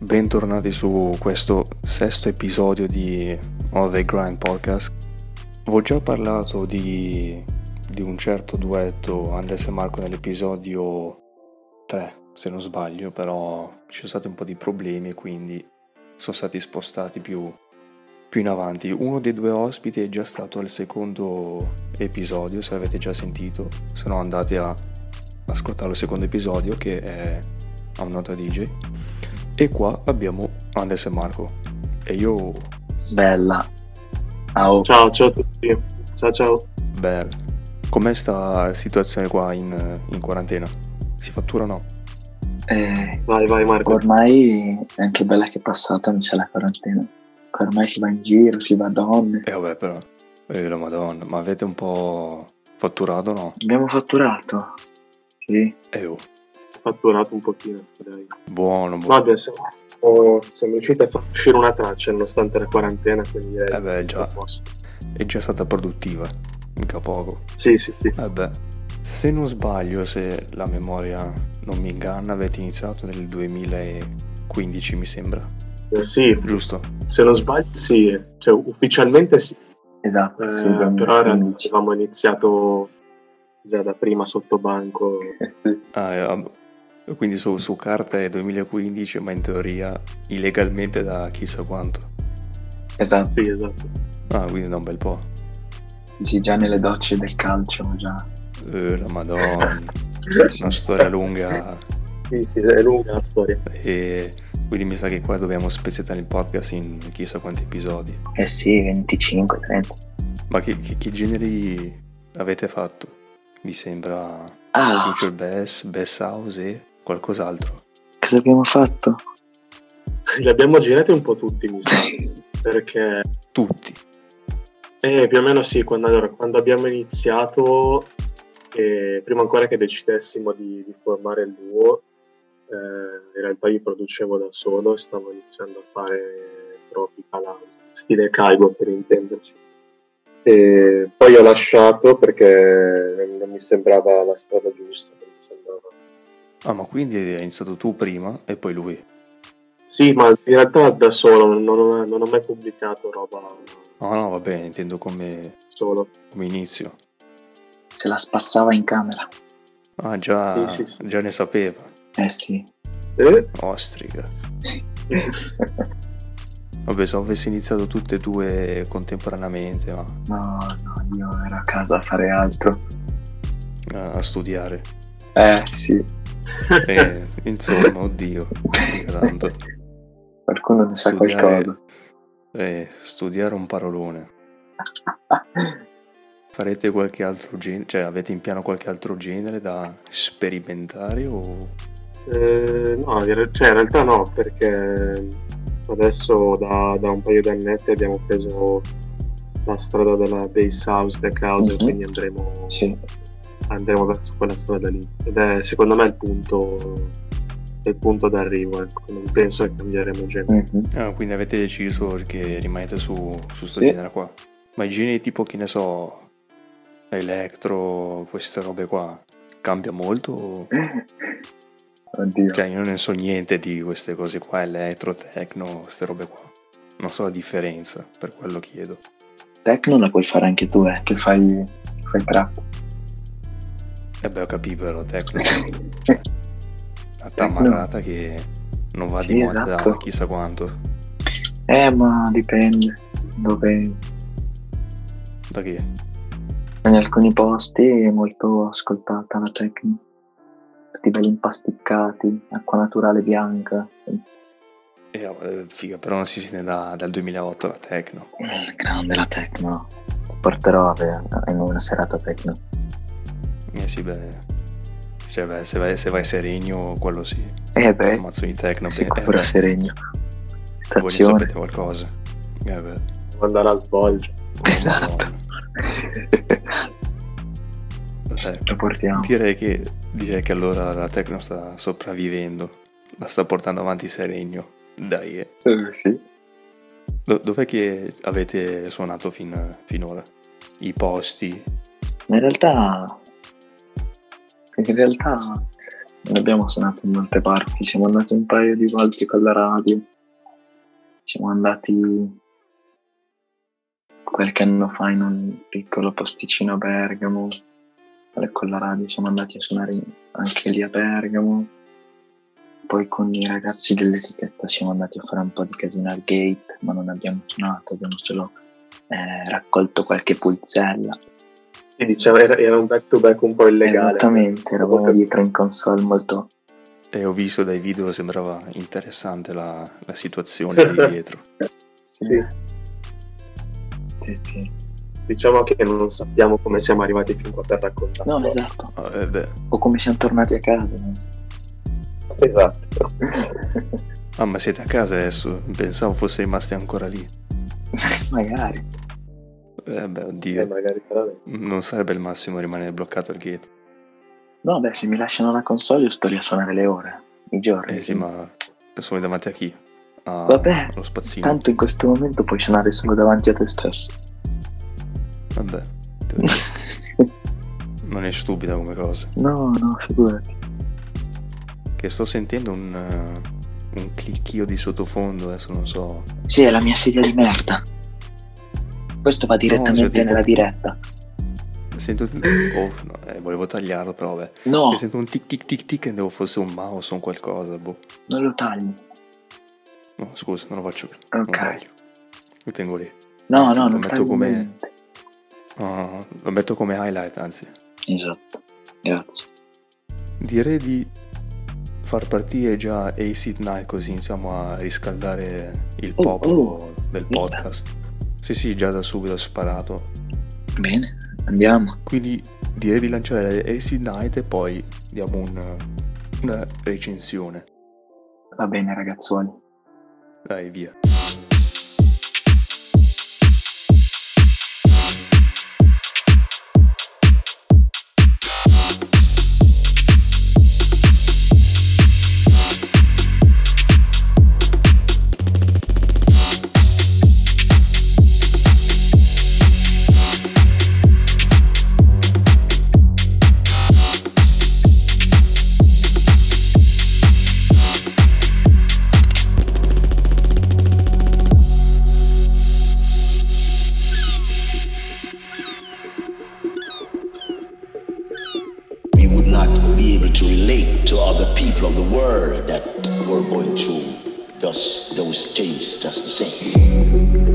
bentornati su questo sesto episodio di All The Grind Podcast. Avevo già parlato di un certo duetto Andres e Marco nell'episodio 3, se non sbaglio, però ci sono stati un po' di problemi e quindi sono stati spostati più in avanti. Uno dei due ospiti è già stato al secondo episodio, se l'avete già sentito, se no andate a ascoltare il secondo episodio che è I'm Not a DJ. E qua abbiamo Andres e Marco. E io... Bella. Ciao. Ciao a tutti. Ciao. Bella. Com'è sta situazione qua in quarantena? Si fattura o no? Vai Marco. Ormai è anche bella che è passata, non c'è la quarantena. Ormai si va in giro, si va a donne. Vabbè però, la madonna, ma avete un po' fatturato o no? Abbiamo fatturato? Sì. Fatturato un pochino, dai. Buono. Vabbè, siamo riusciti a far uscire una traccia nonostante la quarantena, quindi è già stata produttiva, mica poco. Sì. Vabbè, se non sbaglio, se la memoria non mi inganna, avete iniziato nel 2015, mi sembra. Sì, giusto? Se non sbaglio sì, cioè ufficialmente sì. Esatto, sì, però avevamo iniziato già da prima sotto banco. Sì. Quindi su carta è 2015, ma in teoria illegalmente da chissà quanto. Esatto. Sì, esatto. Quindi da un bel po'. Sì, già nelle docce del calcio, già. La madonna. Una storia lunga. Sì, è lunga la storia. E quindi mi sa che qua dobbiamo spezzettare il podcast in chissà quanti episodi. Sì, 25, 30. Ma che generi avete fatto? Mi sembra Future Bass House e qualcos'altro. Cosa abbiamo fatto? Li abbiamo girati un po' tutti, mi sa. Perché tutti? Più o meno sì, quando abbiamo iniziato, prima ancora che decidessimo di formare il duo, in realtà io producevo da solo e stavo iniziando a fare tropical house, stile Kaigo per intenderci. E poi ho lasciato perché non mi sembrava la strada giusta. Ma quindi hai iniziato tu prima e poi lui? Sì, ma in realtà da solo, non ho mai pubblicato roba. No, va bene, intendo come inizio. Se la spassava in camera. Già, sì. Già ne sapeva. Sì. Ostrica. Vabbè, se avessi iniziato tutte e due contemporaneamente, ma... No, io ero a casa a fare altro. A studiare. Sì. Insomma, oddio. Tanto. Qualcuno ne sa qualcosa. Studiare un parolone. Farete qualche altro genere? Cioè, avete in piano qualche altro genere da sperimentare o... No, in realtà no, perché adesso da un paio di annetti abbiamo preso la strada della bass house, tech house, quindi andremo verso quella strada lì. Ed è secondo me il punto d'arrivo, ecco. Non penso che cambieremo genere. Quindi avete deciso che rimanete su sto genere qua. Ma i generi tipo, che ne so, electro, queste robe qua, cambia molto? Oddio. Cioè, io non ne so niente di queste cose qua, electro, techno, queste robe qua. Non so la differenza, per quello chiedo. Techno la puoi fare anche tu, che fai trap. Ho capito, però techno cioè, una tamarrata che non va di moda da chissà quanto. Ma dipende dove. Da che? In alcuni posti è molto ascoltata la techno. Tutti belli impasticcati, acqua naturale bianca. Figa, però non si sente dal 2008 la techno. Grande la techno. Ti porterò in una serata techno. Sì, cioè, se vai a Seregno, quello sì. Ammazzo di techno. Sicuro a Seregno. Voi ne sapete qualcosa? Devo andare al Volgio. Esatto. Lo portiamo. Direi che allora la techno sta sopravvivendo. La sta portando avanti Seregno. Dai. Sì. Dov'è che avete suonato finora? I posti? In realtà Abbiamo suonato in molte parti, siamo andati un paio di volte con la radio, siamo andati qualche anno fa in un piccolo posticino a Bergamo, con la radio siamo andati a suonare anche lì a Bergamo, poi con i ragazzi dell'etichetta siamo andati a fare un po' di casino al Gate, ma non abbiamo suonato, abbiamo solo raccolto qualche pulzella. Quindi diciamo, era un back to back un po' illegale. Esattamente, eravamo dietro in console molto. E ho visto dai video, sembrava interessante la situazione lì dietro. Sì. Diciamo che non sappiamo come siamo arrivati fin qua per raccontare. No, esatto. O come siamo tornati a casa. Esatto. Ma siete a casa adesso? Pensavo fosse rimasti ancora lì. Magari. Oddio. Magari non sarebbe il massimo rimanere bloccato al gate. No, se mi lasciano la console io sto lì a suonare le ore, i giorni. Sì, ma sono davanti a chi? Vabbè, lo spazzino. tanto in questo momento puoi suonare solo davanti a te stesso. Vabbè. Non è stupida come cosa. No, figurati. Che sto sentendo un clicchio di sottofondo, adesso non so. Sì, è la mia sedia di merda. Questo va direttamente nella diretta. Sento volevo tagliarlo, però vabbè. No. Sento un tic tic tic tic e devo fosse un mouse o un qualcosa, Non lo tagli. No, scusa, non lo faccio più. Ok. Lo tengo lì. No, anzi, non metto come. Lo metto come highlight, anzi. Esatto. Grazie. Direi di far partire già Acid Night, così iniziamo a riscaldare il popolo del podcast. Sì, già da subito ho sparato. Bene, andiamo. Quindi direi di lanciare Acid Night e poi diamo una recensione. Va bene, ragazzuoli. Dai, via. Those changes just the same.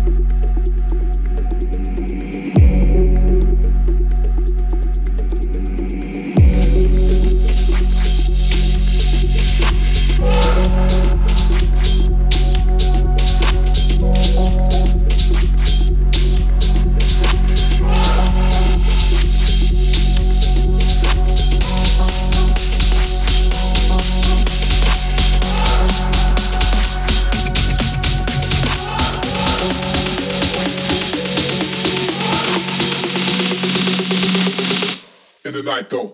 Night though.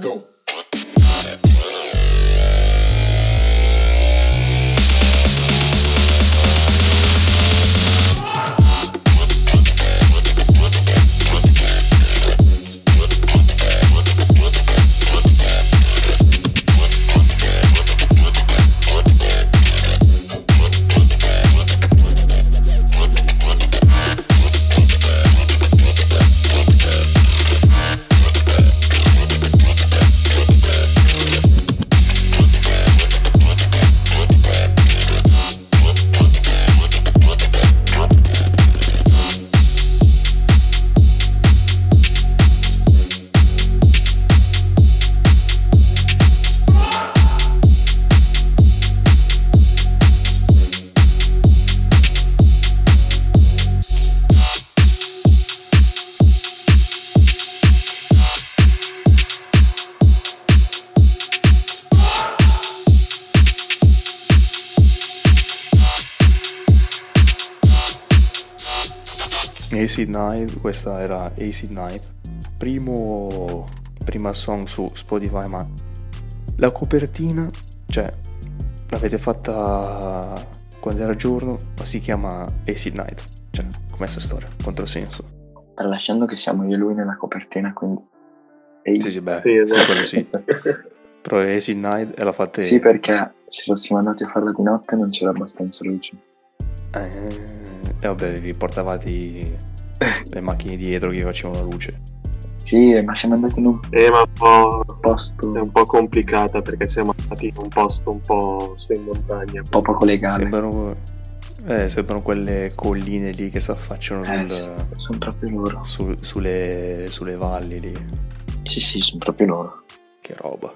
Go. Acid Night, questa era Acid Night, prima song su Spotify, ma la copertina, cioè, l'avete fatta quando era giorno, ma si chiama Acid Night, cioè, com'è sta storia? Controsenso. Tralasciando che siamo io e lui nella copertina, quindi... Sì, beh, Sì, esatto. quello sì. Però Acid Night e la fate... Sì, perché se fossimo andati a farla di notte non c'era abbastanza luce. E vabbè, vi portavate le macchine dietro che facevano la luce. Sì, ma siamo andati in un Ma un po' posto è un po' complicata perché siamo andati in un posto un po' su in montagna. un po' poco legale. Sembrano quelle colline lì che si affacciano Sono proprio loro. sulle valli lì. Sì, sono proprio loro. Che roba.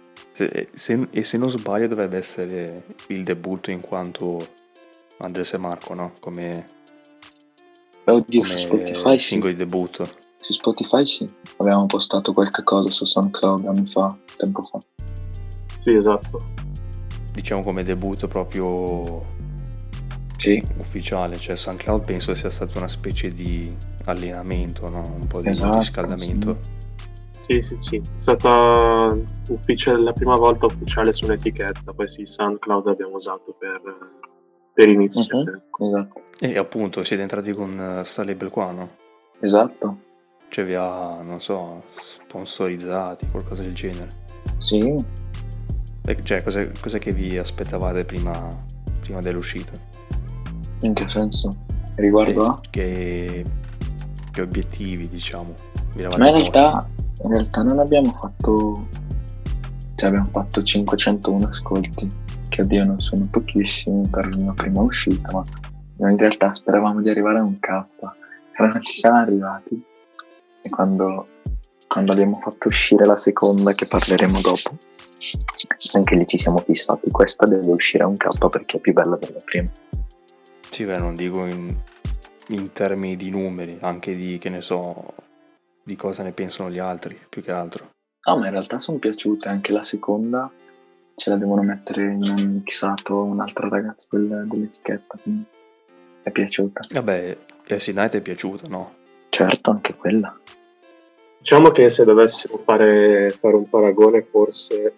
Se non sbaglio dovrebbe essere il debutto in quanto Andres e Marco, no? Come Oddio, su Spotify sì. singolo di debutto. Su Spotify sì. Avevamo postato qualche cosa su SoundCloud tempo fa. Sì, esatto. Diciamo come debutto proprio Sì. ufficiale, cioè SoundCloud penso sia stata una specie di allenamento, no? Un po' di Esatto, riscaldamento. Sì. È stata la prima volta ufficiale su un'etichetta, poi sì, SoundCloud abbiamo usato per iniziare. Esatto. E appunto siete entrati con sta label qua, no? Esatto. Cioè vi ha, non so, sponsorizzati, qualcosa del genere. Sì. Cioè, cos'è che vi aspettavate prima dell'uscita? In che senso? Riguardo a? Che obiettivi, diciamo? Vi Ma in eravate realtà non abbiamo fatto... Cioè abbiamo fatto 501 ascolti, che oddio non sono pochissimi per la prima uscita, ma noi in realtà speravamo di arrivare a un K, però non ci siamo arrivati. E quando abbiamo fatto uscire la seconda, che parleremo dopo, anche lì ci siamo fissati, questa deve uscire a un K perché è più bella della prima. Sì, beh, non dico in termini di numeri, anche di, che ne so, di cosa ne pensano gli altri, più che altro. No, ma in realtà sono piaciute, anche la seconda ce la devono mettere in un mixato un'altra ragazza dell'etichetta, quindi è piaciuta. Vabbè, Acid Night è piaciuta, no? Certo, anche quella. Diciamo che se dovessimo fare un paragone, forse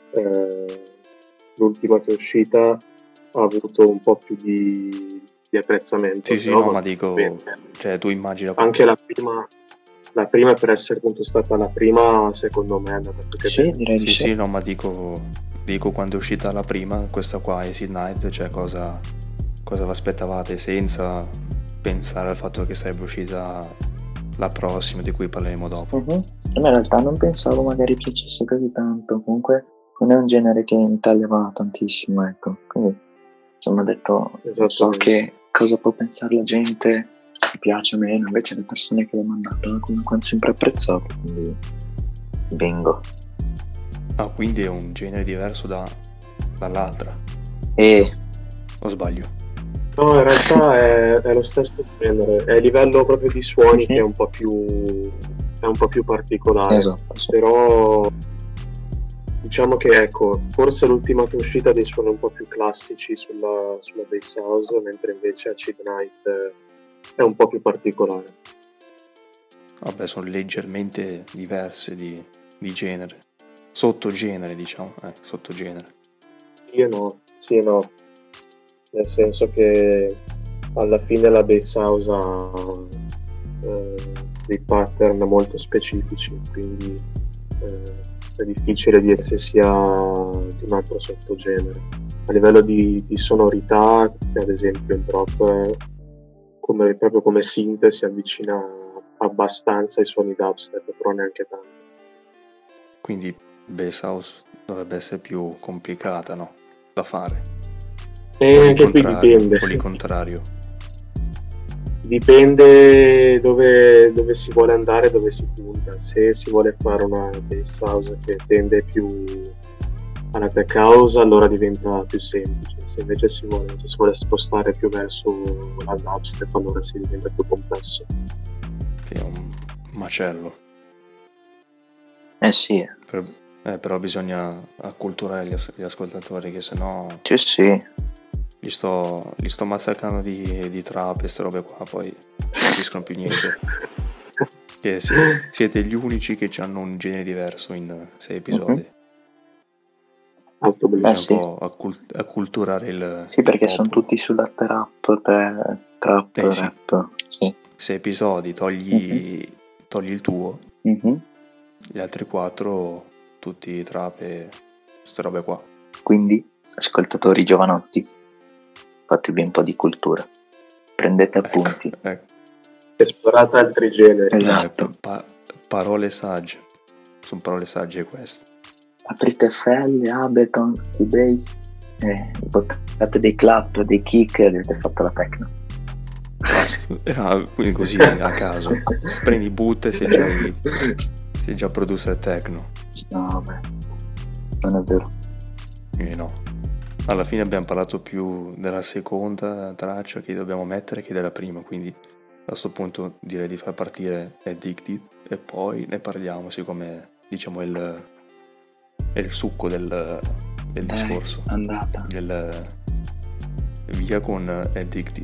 l'ultima che è uscita ha avuto un po' più di apprezzamento. Sì, no, ma dico, cioè tu immagina... Anche la prima per essere appunto stata la prima, secondo me è andata più che Sì, bene. direi di sì. Sì, no, ma dico quando è uscita la prima, questa qua, Acid Night, cioè cosa vi aspettavate senza pensare al fatto che sarebbe uscita la prossima di cui parleremo dopo. Ma in realtà non pensavo magari piacesse così tanto, comunque non è un genere che in Italia va tantissimo, ecco, quindi insomma ho detto, non so che cosa può pensare la gente, mi piace o meno, invece le persone che l'ho mandato comunque hanno sempre apprezzato, quindi vengo. Ah, quindi è un genere diverso dall'altra? O sbaglio? No, in realtà è lo stesso genere, è a livello proprio di suoni che è un po' più particolare. Esatto, sì. Però diciamo che ecco, forse l'ultima che è uscita ha dei suoni un po' più classici sulla bass house, mentre invece Acid Night è un po' più particolare. Vabbè, sono leggermente diverse di genere. sottogenere, diciamo, sottogenere. Sì e no, nel senso che alla fine la bass house ha dei pattern molto specifici, quindi è difficile dire se sia di un altro sottogenere. A livello di sonorità, ad esempio il drop proprio come synth si avvicina abbastanza ai suoni dubstep, però neanche tanto. Quindi bass house dovrebbe essere più complicata, no? Da fare. E anche qui dipende. O il contrario. Dipende dove si vuole andare, dove si punta. Se si vuole fare una bass house che tende più alla tech house, allora diventa più semplice. Se invece si vuole spostare più verso la dubstep, allora si diventa più complesso. Che è un macello. Sì. Però bisogna acculturare gli ascoltatori, che sennò Sì. li sto massacrando di trap e ste robe qua, poi non capiscono più niente. Che siete gli unici che hanno un genere diverso in 6 episodi. Bisogna sì. Un po' acculturare il Sì, perché popolo. sono tutti sulla trap, rap. Sì. Sì. 6 episodi, togli il tuo, gli altri 4 tutti trap e queste robe qua. Quindi, ascoltatori giovanotti, fatevi un po' di cultura, prendete appunti. esplorate altri generi. Esatto. Parole sagge, sono parole sagge queste. Aprite FL, Ableton, Cubase, fate dei clap, dei kick e avete fatto la techno. Basta. Quindi così a caso prendi, butta e sei già producer techno. No, vabbè, non è vero. No, alla fine abbiamo parlato più della seconda traccia che dobbiamo mettere che della prima, quindi a questo punto direi di far partire Addicted e poi ne parliamo, siccome diciamo è il succo del discorso. Andata. Via con Addicted.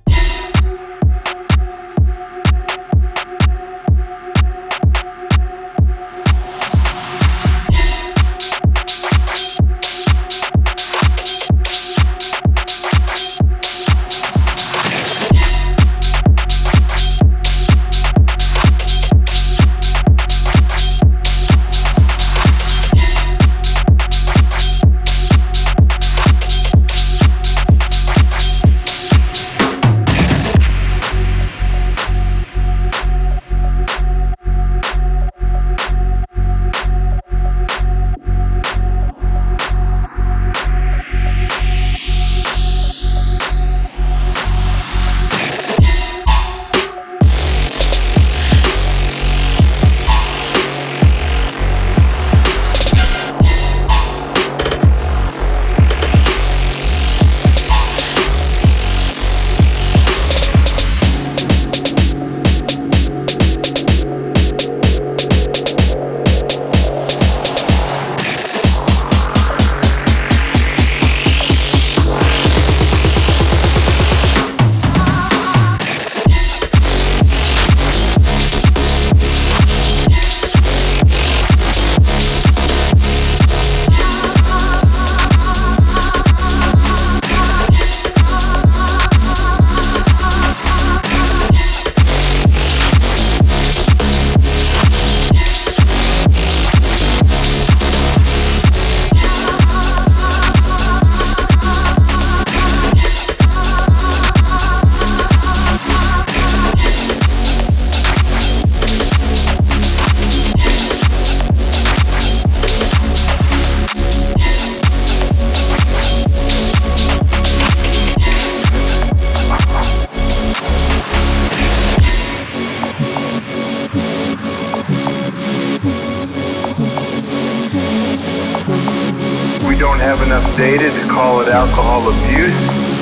have enough data to call it alcohol abuse.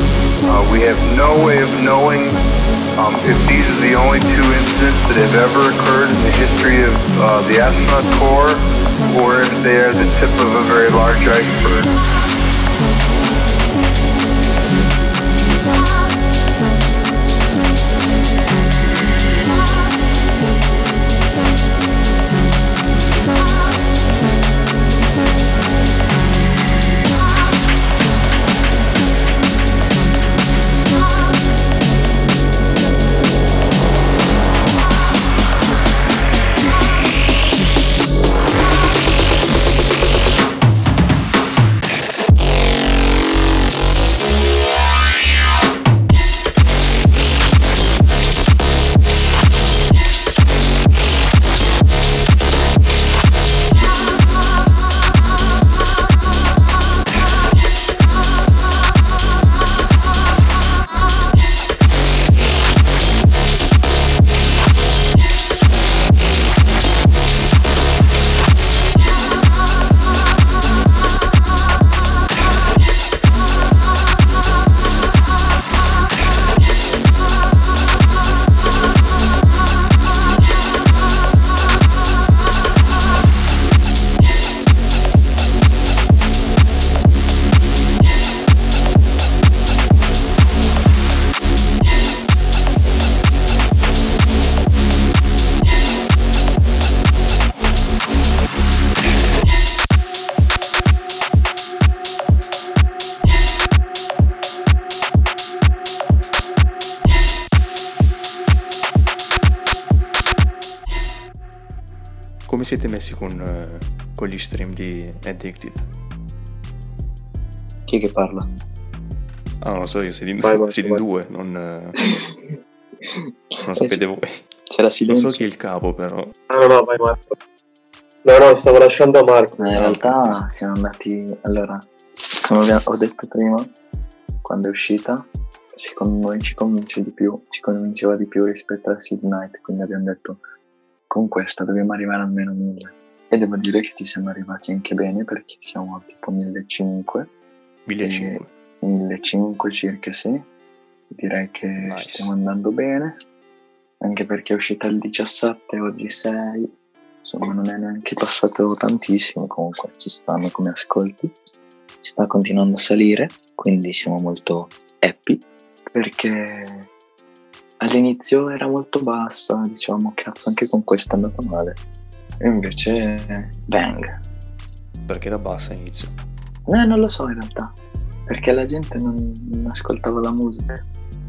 We have no way of knowing if these are the only two incidents that have ever occurred in the history of the astronaut corps, or if they are the tip of a very large iceberg. come siete messi con gli stream di Addicted? Chi che parla? Ah, non lo so, io siete Vai. in due, non sapete voi. C'era Non silenzio. so chi è il capo, però. No, vai Marco. No, stavo lasciando a Marco. Ma in realtà siamo andati, allora, come ho detto prima, quando è uscita, secondo noi ci convinceva di più rispetto a Sid Night, quindi abbiamo detto con questa dobbiamo arrivare almeno 1000. E devo dire che ci siamo arrivati anche bene, perché siamo tipo 1500. 1500. 1500 circa, sì. Direi che Nice. stiamo andando bene, anche perché è uscita il 17, oggi 6. Insomma, non è neanche passato tantissimo, comunque ci stanno come ascolti. Sta continuando a salire, quindi siamo molto happy, perché all'inizio era molto bassa, dicevamo cazzo anche con questa è andata male. E invece bang. Perché era bassa all'inizio. Non lo so in realtà, perché la gente non ascoltava la musica.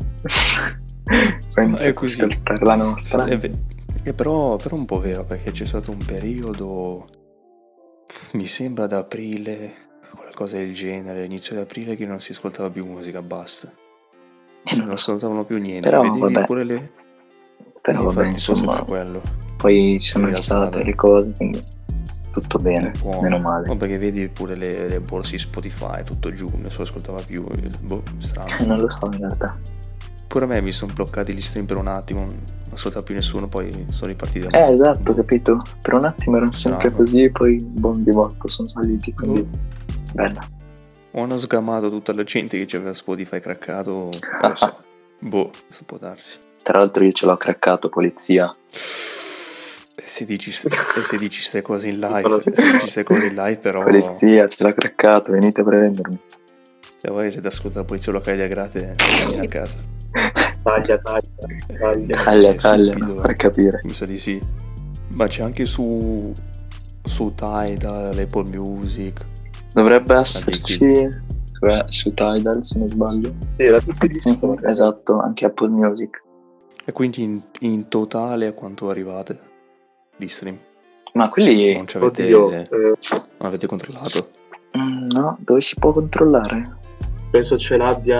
Poi inizia È a così. ascoltare la nostra. È però un po' vero, perché c'è stato un periodo, mi sembra ad aprile, qualcosa del genere, inizio di aprile, che non si ascoltava più musica, basta. Non ascoltavano più niente, Però, vedevi vabbè. pure le... Però vabbè, infatti forse insomma, per quello. poi ci sono Sì, state alzate. le cose, quindi tutto bene, Buono. meno male. No, perché vedi pure le borse Spotify, tutto giù, nessuno ascoltava più, strano. Non lo so in realtà. Pure a me mi sono bloccati gli stream per un attimo, non ascoltava più nessuno, poi sono ripartiti da nuovo. Esatto, capito? Per un attimo erano sempre Strano. così, poi di botto sono saliti, quindi bella. O hanno sgamato tutta la gente che c'aveva Spotify craccato, non lo so. Questo può darsi. Tra l'altro io ce l'ho craccato, polizia. E se dici ste cose in live, però... Polizia, ce l'ha craccato, venite a prendermi. Se voi siete ascoltati la polizia locale di Agrate, vieni a casa. Taglia. Taglia, Subito. per capire. Mi sa di sì. Ma c'è anche su Tidal, Apple Music. Dovrebbe esserci su Tidal, se non sbaglio. Sì, era tutti gli store. Esatto, anche Apple Music. E quindi in totale a quanto arrivate di stream? Ma quelli... Non ci avete, Oddio, non avete controllato? No, dove si può controllare? penso ce l'abbia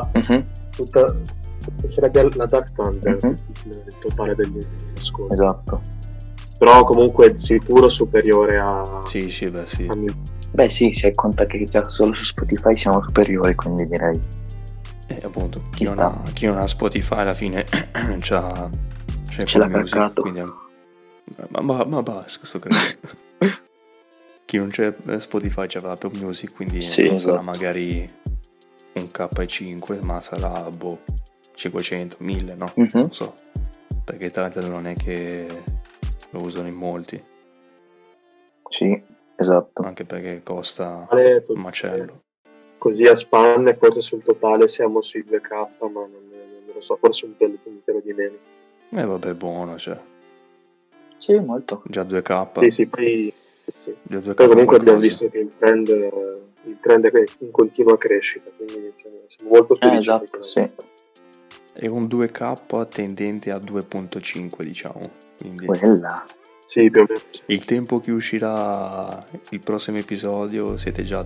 ce l'abbia la Dark Thunder nel totale degli ascolti. Esatto. Però comunque è sicuro superiore a... Sì, beh, sì. Beh sì, se conta che già solo su Spotify siamo superiori, quindi direi. Appunto, Ci sta. chi non ha Spotify alla fine c'ha Ce l'ha Apple Music, craccato. quindi ma basta, sto credendo. Chi non c'è Spotify c'è Apple Music, quindi Sì, non sarà esatto. magari un K5, ma sarà 500, 1000, no? Mhm. Non so, perché Tidal non è che lo usano in molti, Sì, esatto. anche perché costa un macello. Così a spanne, forse sul totale siamo sui 2K, ma non lo so, forse un pelo di meno. Vabbè, buono, cioè, Sì, molto. già 2K. Sì, poi... Sì. Già 2K Poi comunque abbiamo qualcosa. visto che il trend è in continua crescita, quindi siamo molto felici. Esatto, sì. È un 2K tendente a 2.5, diciamo. Quindi Quella. Sì, più o meno. il tempo che uscirà il prossimo episodio siete già a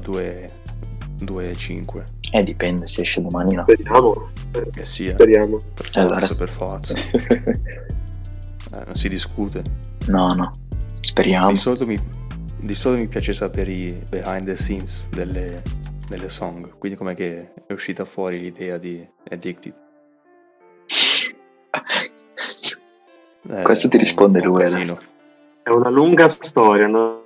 2.5. Dipende se esce domani no. Speriamo. Sì, Speriamo. per forza. Non si discute. No. Speriamo. Di solito mi piace sapere i behind the scenes delle song. Quindi com'è che è uscita fuori l'idea di Addicted? Questo ti risponde un lui casino. adesso. È una lunga storia,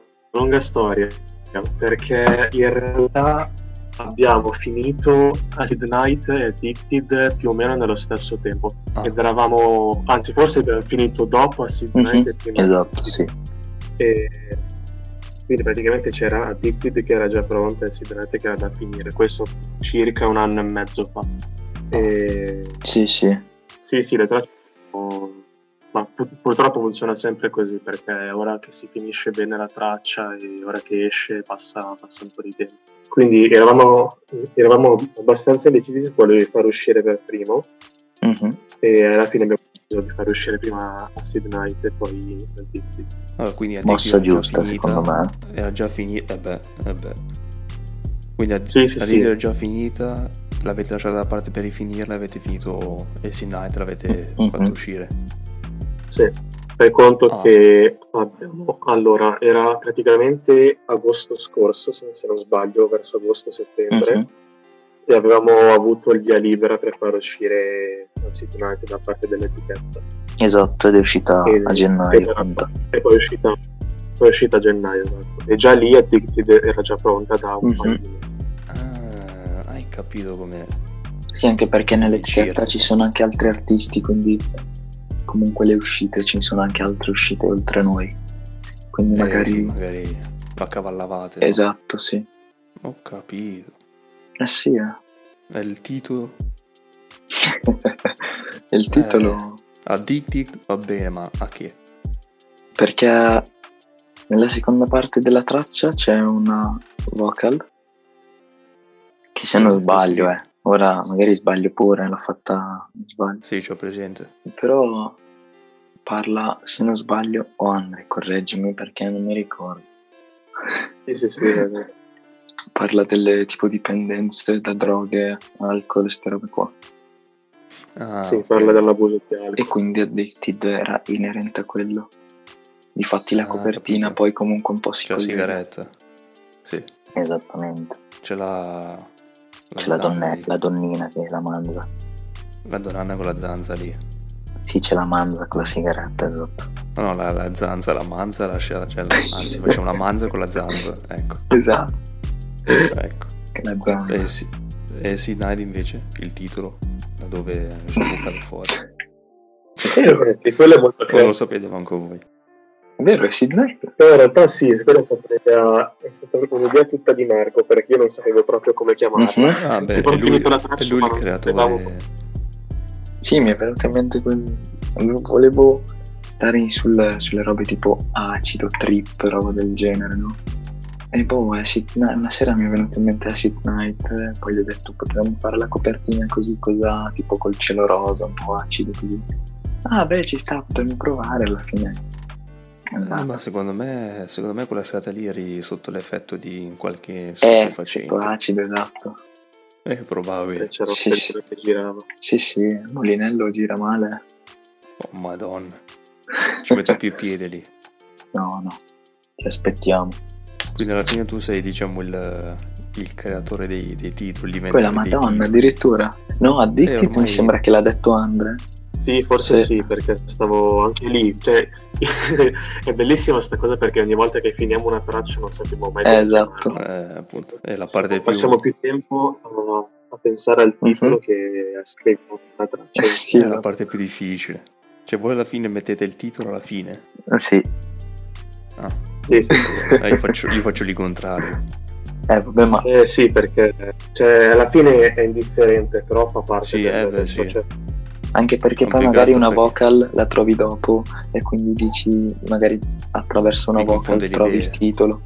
perché in realtà abbiamo finito Acid Night e Addicted più o meno nello stesso tempo. Ed eravamo, anzi forse abbiamo finito dopo Acid Night e prima Esatto, Addicted. sì. E quindi praticamente c'era Addicted che era già pronta e Acid Night che era da finire. Questo circa 1 anno e mezzo fa. E... Sì. Sì, le tracce ma purtroppo funziona sempre così, perché ora che si finisce bene la traccia e ora che esce passa un po' di tempo. Quindi eravamo abbastanza indecisi su quale far uscire per primo e alla fine abbiamo deciso di fare uscire prima Acid Night e poi Addicted. Allora, quindi Mossa Addicted era già giusta, finita, secondo me. era già finita, quindi Sì, Addicted sì. era già finita, l'avete lasciata da parte per rifinirla, avete finito Acid Night, l'avete Mhm. fatto uscire. Sì, fai conto Ah. che allora, era praticamente agosto scorso, se non sbaglio, verso agosto-settembre, Mhm. e avevamo avuto il via libera per far uscire Acid Night da parte dell'etichetta. Esatto, ed è uscita E- a gennaio. ed era- quando- E poi è uscita a gennaio, esatto. E già lì Addicted era già pronta da un paio Mhm. di mesi. Hai capito com'è? Sì, anche perché nell'etichetta Circo. ci sono anche altri artisti, quindi comunque le uscite, ci sono anche altre uscite oltre noi. Quindi magari... Sì, magari la cavallavate. no? Esatto, sì. Ho capito. Sì, E il titolo? Il titolo... Addicted va bene, ma a che? Perché nella seconda parte della traccia c'è una vocal che se non sbaglio, ora magari sbaglio pure, l'ho fatta sbaglio, Sì, c'ho presente. però parla, se non sbaglio, o Andre, correggimi perché non mi ricordo, Sì, parla delle tipo dipendenze da droghe, alcol, queste robe qua, sì, Ok. parla dell'abuso di e alcol. quindi Addicted era inerente a quello. Difatti la Ah, copertina capito. poi comunque un po' si C'è la collega. sigaretta. Sì, Esattamente. c'è la C'è la zanza lì. donnina che la mangia. La donna con la zanza lì. Sì, c'è la manza con la sigaretta, esatto. No, la zanza, la manza, anzi facciamo una manza con la zanza. Ecco, Esatto. ecco. La zanza. Acid Night invece, il titolo, da dove mi sono buttato fuori. E quello è molto Non lo creativo. sapete manco voi. Vero, è Sydney? Però in realtà sì, quella è stata un'idea tutta di Marco, perché io non sapevo proprio come chiamarla. Mhm. Ah, beh, Tipo, è ho lui, finito la è traccia, lui ma il non creatore. Sì, mi è venuto in mente volevo stare sulle robe tipo acido, trip, roba del genere, no? E poi una sera mi è venuto in mente Acid Night, poi gli ho detto potevamo fare la copertina così, cosa, tipo col cielo rosa, un po' acido così. Ah beh, ci sta, potremmo provare alla fine. Ma secondo me quella serata lì eri sotto l'effetto di qualche Tipo stupefacente. acido, esatto. È probabile. C'era un Sì, telefono che girava. Sì, Molinello gira male. Oh madonna. Ci metto più piede lì. No, ti aspettiamo. Quindi alla fine tu sei, diciamo, il creatore dei titoli, Quella l'inventore dei madonna, titoli. addirittura. No, Addicted ormai- mi sembra che l'ha detto Andre. Sì, forse Sì. sì, perché stavo anche lì. Cioè, è bellissima sta cosa perché ogni volta che finiamo una traccia non sappiamo mai come Esatto. chiamarla. Appunto, è la parte più... Passiamo più tempo a pensare al titolo Mhm. che a scrivere una traccia. Sì, è la parte più difficile. Cioè voi alla fine mettete il titolo alla fine. sì. Ah, Sì. io faccio il contrario. Vabbè, ma Sì, perché cioè, alla fine è indifferente, però fa parte Sì, del sì. processo. anche perché poi Complicato magari una perché- vocal la trovi dopo e quindi dici magari attraverso una Mi vocal confonde le trovi idee. il titolo.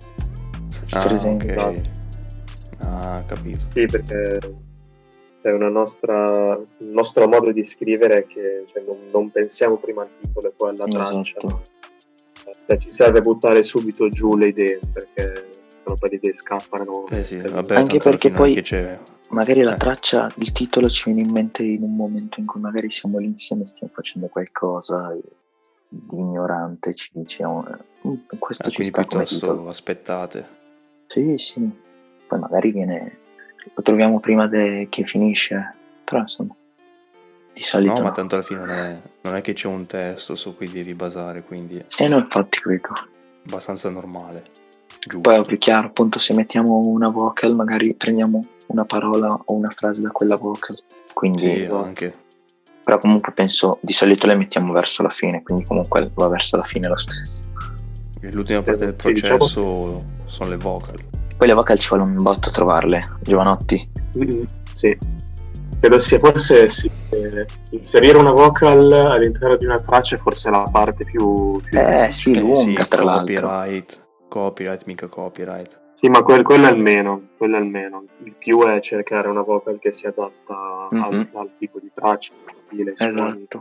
Per esempio. Ok. Ah, capito. Sì, perché è il nostro modo di scrivere è che cioè, non pensiamo prima al titolo e poi alla traccia. Esatto. Cioè, ci serve buttare subito giù le idee, perché sennò poi le idee scappano. Sì, vabbè, Anche tanto alla perché fine poi anche c'è... magari la traccia, il titolo ci viene in mente in un momento in cui magari siamo lì insieme e stiamo facendo qualcosa di ignorante, ci diciamo questo ci quindi sta come piuttosto titolo. aspettate. Sì, poi magari lo troviamo prima che finisce, però insomma di solito No, ma tanto alla fine non è che c'è un testo su cui devi basare, quindi è no, infatti credo. abbastanza normale. Giusto. Poi è più chiaro, appunto, se mettiamo una vocal magari prendiamo una parola o una frase da quella vocal, quindi Sì, anche. però comunque penso di solito le mettiamo verso la fine, quindi comunque va verso la fine lo stesso. E l'ultima parte del Sì, diciamo- processo sono le vocal. Poi le vocal ci vuole un botto a trovarle, Giovanotti. Sì, credo sia forse sì, inserire una vocal all'interno di una traccia è forse la parte più Sì, lunga sì, tra l'altro. copyright, mica copyright. Sì, ma quello è il meno, il più è cercare una vocal che si adatta Mhm. al tipo di traccia, al stile, ai suoni. Esatto.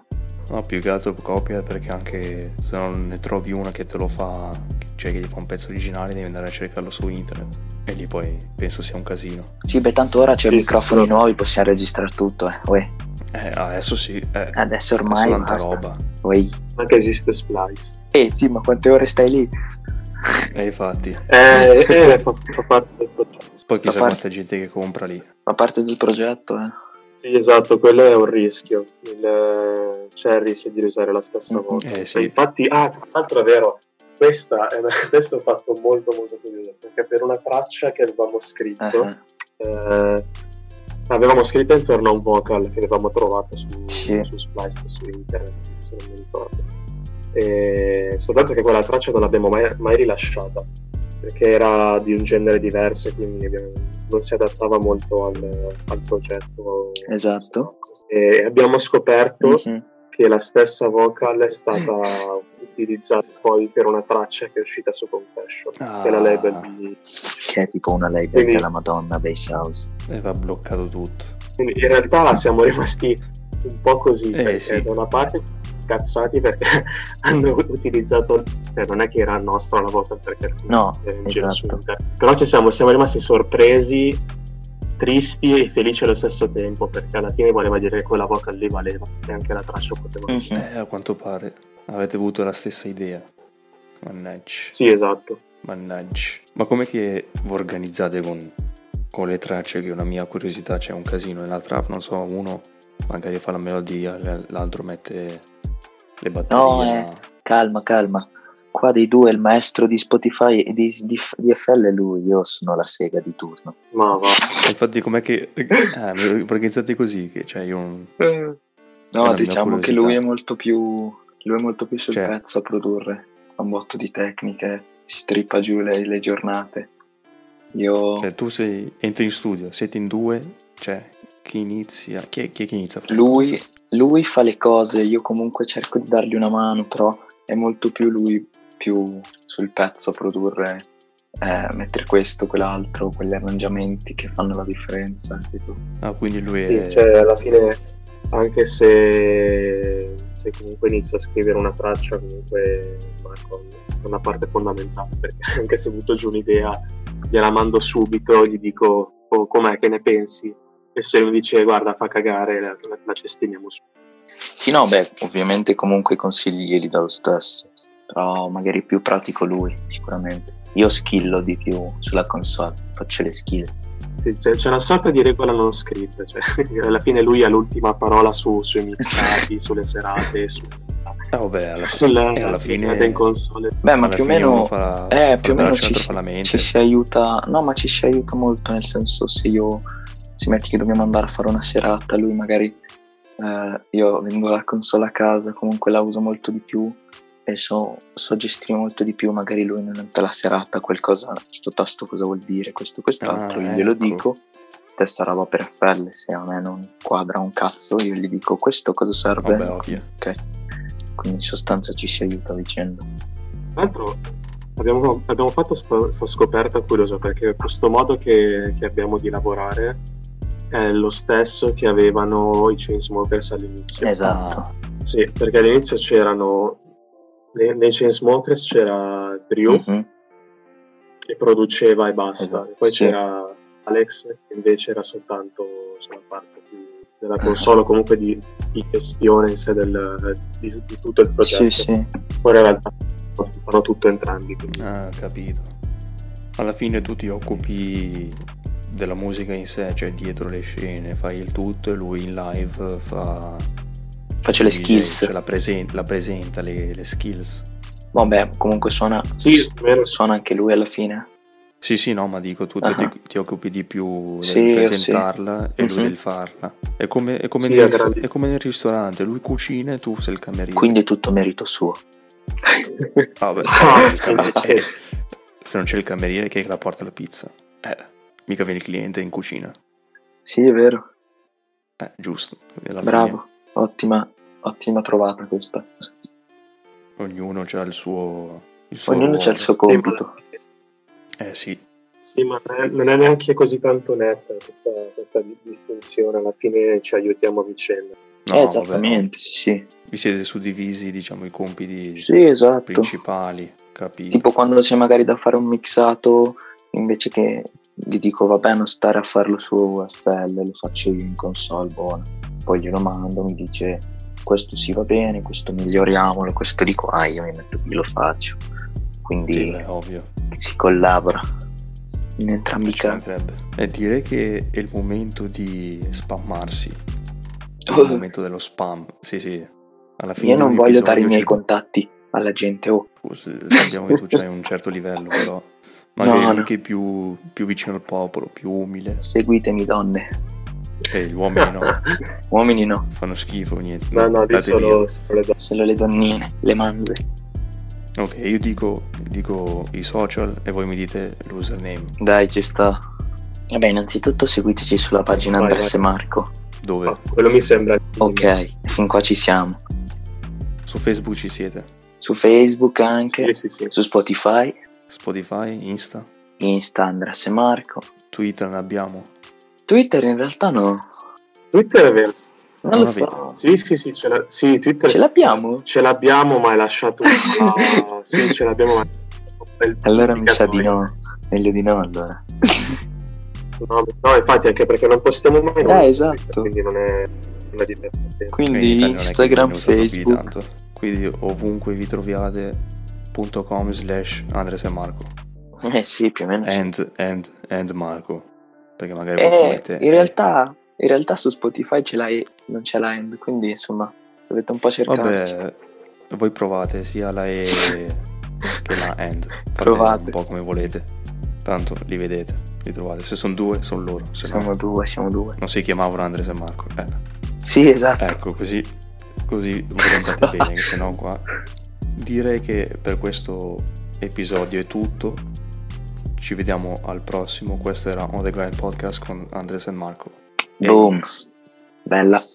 No, più che altro copia, perché anche se non ne trovi una che te lo fa, cioè che ti fa un pezzo originale, devi andare a cercarlo su internet. E lì poi penso sia un casino. Sì, beh, tanto ora c'è Sì, microfoni sì. nuovi, possiamo registrare tutto, uè. Adesso sì. Adesso ormai tanta basta. roba. Uè. Anche esiste Splice. Sì, ma quante ore stai lì? Infatti. Fa parte del progetto. Poi chissà Fa parte- quanta gente che compra lì. Fa parte del progetto, Sì, esatto, quello è un rischio. C'è il rischio di usare la stessa voce. sì. Infatti, tra l'altro è vero, questo è un fatto molto molto curioso, perché per una traccia che avevamo scritto, avevamo scritto intorno a un vocal che avevamo trovato su Splice, su internet, se non mi ricordo. Soltanto che quella traccia non l'abbiamo mai rilasciata, perché era di un genere diverso e quindi non si adattava molto al progetto. Esatto. E abbiamo scoperto che la stessa vocal è stata utilizzata poi per una traccia che è uscita su Confession, che è la label che è tipo una label della Madonna Bass House, e va bloccato tutto. Quindi in realtà siamo rimasti un po' così, perché sì. da una parte cazzati perché hanno utilizzato, non è che era nostra la vocal, perché no, era in giro su esatto. internet. Però siamo rimasti sorpresi, tristi e felici allo stesso tempo, perché alla fine voleva dire che quella vocal lì valeva e anche la traccia poteva A quanto pare avete avuto la stessa idea. Mannaggia. Sì, esatto. Mannaggia. Ma com'è che vi organizzate con le tracce? Che è una mia curiosità, c'è un casino nella trap, non so, uno magari fa la melodia, l'altro mette le batterie. No, calma. Qua dei due il maestro di Spotify e di FL è lui, io sono la sega di turno. Ma va. Infatti com'è che organizzate così? Che cioè io no, diciamo che lui è molto più sul pezzo a produrre, fa un botto di tecniche, si strippa giù le giornate. Cioè tu entri in studio, siete in due, cioè chi inizia? Chi è che inizia? Lui fa le cose, io comunque cerco di dargli una mano, però è molto più lui, più sul pezzo a produrre, mettere questo, quell'altro, quegli arrangiamenti che fanno la differenza. Tipo. Quindi lui sì, cioè alla fine, anche se comunque inizio a scrivere una traccia, comunque Marco è una parte fondamentale, perché anche se butto giù un'idea gliela mando subito, gli dico com'è, che ne pensi, e se mi dice guarda fa cagare la cestiniamo su. Sì, no, beh, ovviamente comunque i consigli glieli do lo stesso, però magari più pratico lui, sicuramente. Io skillo di più sulla console, faccio le skills. Sì, c'è una sorta di regola non scritta, cioè alla fine lui ha l'ultima parola sui mixati, sulle serate, alla fine in console. Beh, ma più o meno ci si aiuta, no, ma ci si aiuta molto, nel senso se metti che dobbiamo andare a fare una serata, lui magari io vengo la console a casa, comunque la uso molto di più e so gestire molto di più, magari lui durante la serata qualcosa, sto tasto cosa vuol dire, quest'altro, io glielo dico, stessa roba per FL, se a me non quadra un cazzo io gli dico questo cosa serve. Vabbè, ovvio. Ok, quindi in sostanza ci si aiuta a vicenda. Tra l'altro abbiamo fatto sta scoperta curiosa, perché questo modo che abbiamo di lavorare è lo stesso che avevano i Chainsmokers all'inizio. Esatto. Sì, perché all'inizio c'erano nei Chainsmokers c'era Drew che produceva e basta, esatto, e poi c'era Alex che invece era soltanto sulla parte più della console, comunque di gestione in sé di tutto il progetto. Sì. Poi in realtà fanno tutto entrambi, quindi. Capito. Alla fine tu ti occupi della musica in sé, cioè dietro le scene fai il tutto e lui in live faccio le skills, cioè la presenta le skills. Vabbè, comunque suona anche lui alla fine. Sì, no, ma dico tu ti occupi di più del presentarla e lui del farla. È come nel ristorante, lui cucina e tu sei il cameriere. Quindi è tutto merito suo. Vabbè, se non c'è il cameriere che la porta la pizza, mica viene il cliente in cucina. Sì, è vero. Giusto. Bravo, ottima trovata questa. Ognuno c'ha il suo Ognuno c'ha il suo compito. Sì. Sì, ma non è neanche così tanto netta questa distinzione, alla fine ci aiutiamo a vicenda. No, esattamente, vabbè, sì. vi siete suddivisi, diciamo, i compiti Sì, esatto. principali, capito? Tipo quando c'è magari da fare un mixato, invece che gli dico vabbè non stare a farlo su FL, lo faccio io in console, buono. Poi glielo mando, mi dice questo sì va bene, questo miglioriamolo, questo dico io mi metto qui, lo faccio. Quindi Sì, beh, ovvio. si collabora in entrambi i Ci casi. mancherebbe. E direi che è il momento di spammarsi. È il momento dello spam. Sì. Alla fine Io di non ogni voglio dare i episodio miei contatti alla gente. sappiamo che tu c'hai un certo livello, però magari No, lui no. che è più vicino al popolo, più umile. Seguitemi donne, E gli uomini no, uomini no, fanno schifo, niente. No, lì Date via. solo le donne. solo le donnine, le manze. Ok, io dico i social e voi mi dite l'username. Dai, ci sta. Vabbè, innanzitutto seguiteci sulla pagina Vai, Andres e vai. Marco. Dove? Ah, quello mi sembra. Ok, fin qua ci siamo. Su Facebook ci siete? Su Facebook anche, Sì. su Spotify, Spotify, Insta, Insta Andres e Marco. Twitter ne abbiamo? Twitter in realtà no, Twitter è vero. non Non lo avete? so. Sì, Twitter Ce l'abbiamo? Ce l'abbiamo, ma è lasciato sì, ce l'abbiamo, ma Allora mi sa di no, meglio di no allora. No, infatti, anche perché non postiamo mai Esatto. quindi non è divertente. Quindi In Italia non è che Instagram, viene usato più di Facebook. tanto. Quindi ovunque vi troviate .com/Andres e Marco Sì, più o meno. and Marco, perché magari voi mettete In realtà su Spotify ce l'hai, non c'è la end, quindi insomma dovete un po' cercarci. vabbè, voi provate sia la E che la and. Fate Provate. un po' come volete, tanto li vedete, li trovate. Se sono due sono loro, se no Siamo due. non si chiamavano Andres e Marco. Sì, esatto. Ecco, così vi orientate bene, che sennò qua. Direi che per questo episodio è tutto. Ci vediamo al prossimo. Questo era On The Grind Podcast con Andres e Marco. Boom. Bella.